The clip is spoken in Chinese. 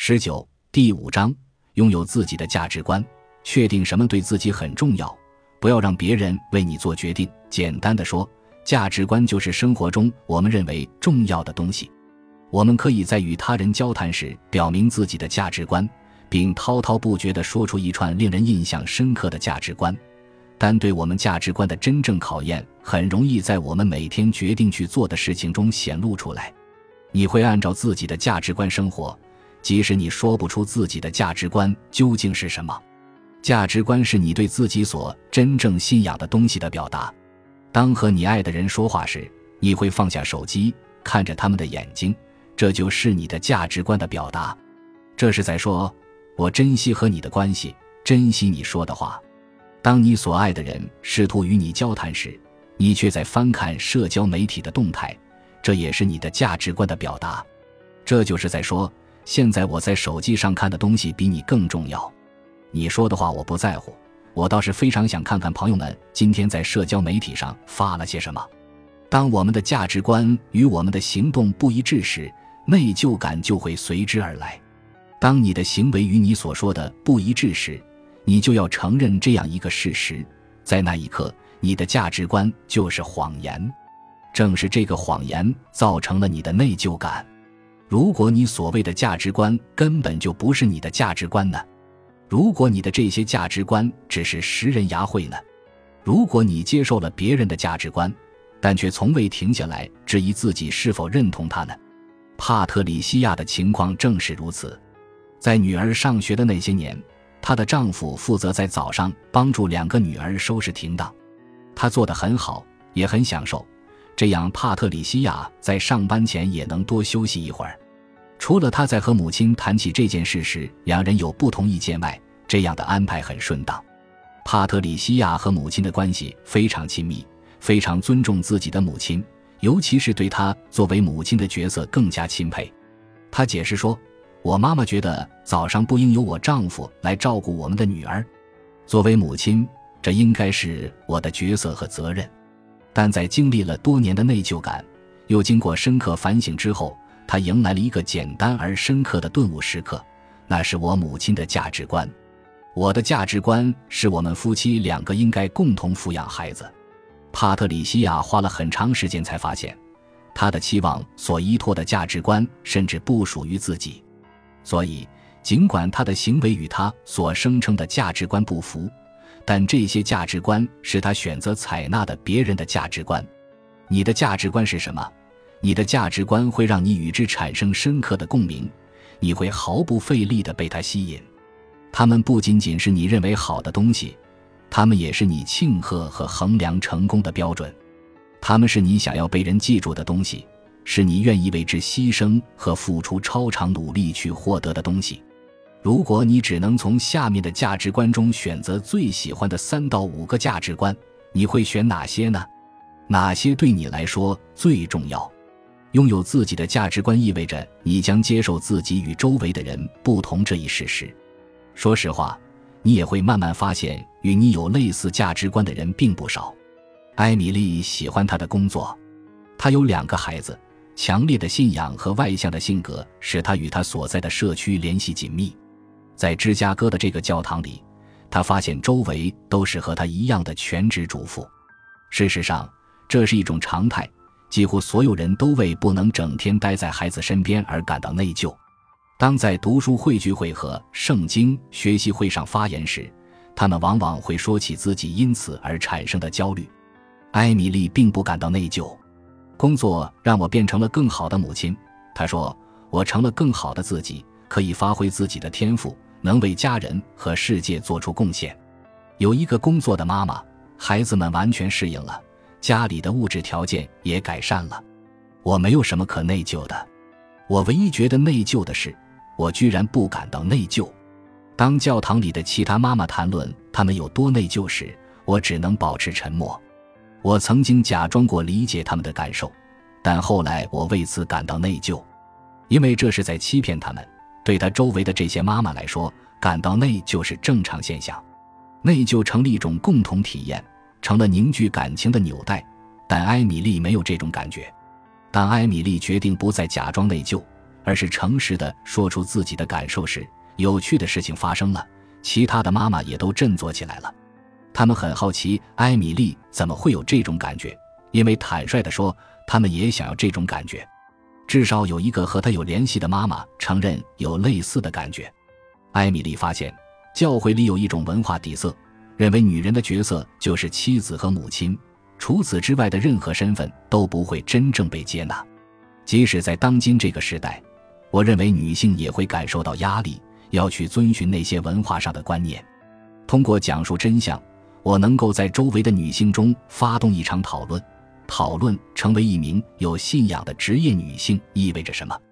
19第5章，拥有自己的价值观，确定什么对自己很重要，不要让别人为你做决定。简单的说，价值观就是生活中我们认为重要的东西。我们可以在与他人交谈时表明自己的价值观，并滔滔不绝地说出一串令人印象深刻的价值观，但对我们价值观的真正考验很容易在我们每天决定去做的事情中显露出来。你会按照自己的价值观生活，即使你说不出自己的价值观究竟是什么。价值观是你对自己所真正信仰的东西的表达。当和你爱的人说话时，你会放下手机，看着他们的眼睛，这就是你的价值观的表达。这是在说，我珍惜和你的关系，珍惜你说的话。当你所爱的人试图与你交谈时，你却在翻看社交媒体的动态，这也是你的价值观的表达。这就是在说，现在我在手机上看的东西比你更重要。你说的话我不在乎，我倒是非常想看看朋友们今天在社交媒体上发了些什么。当我们的价值观与我们的行动不一致时，内疚感就会随之而来。当你的行为与你所说的不一致时，你就要承认这样一个事实，在那一刻，你的价值观就是谎言。正是这个谎言造成了你的内疚感。如果你所谓的价值观根本就不是你的价值观呢？如果你的这些价值观只是拾人牙慧呢？如果你接受了别人的价值观，但却从未停下来质疑自己是否认同它呢？帕特里西亚的情况正是如此。在女儿上学的那些年，她的丈夫负责在早上帮助2个女儿收拾停当。他做得很好，也很享受，这样帕特里西亚在上班前也能多休息一会儿。除了他在和母亲谈起这件事时2人有不同意见外，这样的安排很顺当。帕特里西亚和母亲的关系非常亲密，非常尊重自己的母亲，尤其是对她作为母亲的角色更加钦佩。她解释说，我妈妈觉得早上不应由我丈夫来照顾我们的女儿，作为母亲，这应该是我的角色和责任。但在经历了多年的内疚感，又经过深刻反省之后，她迎来了一个简单而深刻的顿悟时刻，那是我母亲的价值观。我的价值观是我们夫妻2个应该共同抚养孩子。帕特里西亚花了很长时间才发现，她的期望所依托的价值观甚至不属于自己。所以尽管她的行为与她所声称的价值观不符，但这些价值观是她选择采纳的别人的价值观。你的价值观是什么？你的价值观会让你与之产生深刻的共鸣，你会毫不费力地被它吸引。它们不仅仅是你认为好的东西，它们也是你庆贺和衡量成功的标准。它们是你想要被人记住的东西，是你愿意为之牺牲和付出超常努力去获得的东西。如果你只能从下面的价值观中选择最喜欢的3到5个价值观，你会选哪些呢？哪些对你来说最重要？拥有自己的价值观意味着你将接受自己与周围的人不同这一事实。说实话，你也会慢慢发现与你有类似价值观的人并不少。艾米丽喜欢她的工作，她有2个孩子，强烈的信仰和外向的性格使她与她所在的社区联系紧密。在芝加哥的这个教堂里，她发现周围都是和她一样的全职主妇。事实上，这是一种常态，几乎所有人都为不能整天待在孩子身边而感到内疚。当在读书会聚会和圣经学习会上发言时，他们往往会说起自己因此而产生的焦虑。艾米丽并不感到内疚。工作让我变成了更好的母亲，她说，我成了更好的自己，可以发挥自己的天赋，能为家人和世界做出贡献。有一个工作的妈妈，孩子们完全适应了，家里的物质条件也改善了。我没有什么可内疚的。我唯一觉得内疚的是，我居然不感到内疚。当教堂里的其他妈妈谈论她们有多内疚时，我只能保持沉默。我曾经假装过理解她们的感受，但后来我为此感到内疚，因为这是在欺骗她们。对她周围的这些妈妈来说，感到内疚是正常现象。内疚成了一种共同体验，成了凝聚感情的纽带，但艾米丽没有这种感觉。当艾米丽决定不再假装内疚， 而是诚实地说出自己的感受时，有趣的事情发生了，其他的妈妈也都振作起来了。他们很好奇艾米丽怎么会有这种感觉，因为坦率地说，他们也想要这种感觉。至少有一个和她有联系的妈妈承认有类似的感觉。艾米丽发现，教会里有一种文化底色，认为女人的角色就是妻子和母亲，除此之外的任何身份都不会真正被接纳。即使在当今这个时代，我认为女性也会感受到压力，要去遵循那些文化上的观念。通过讲述真相，我能够在周围的女性中发动一场讨论，讨论成为一名有信仰的职业女性意味着什么。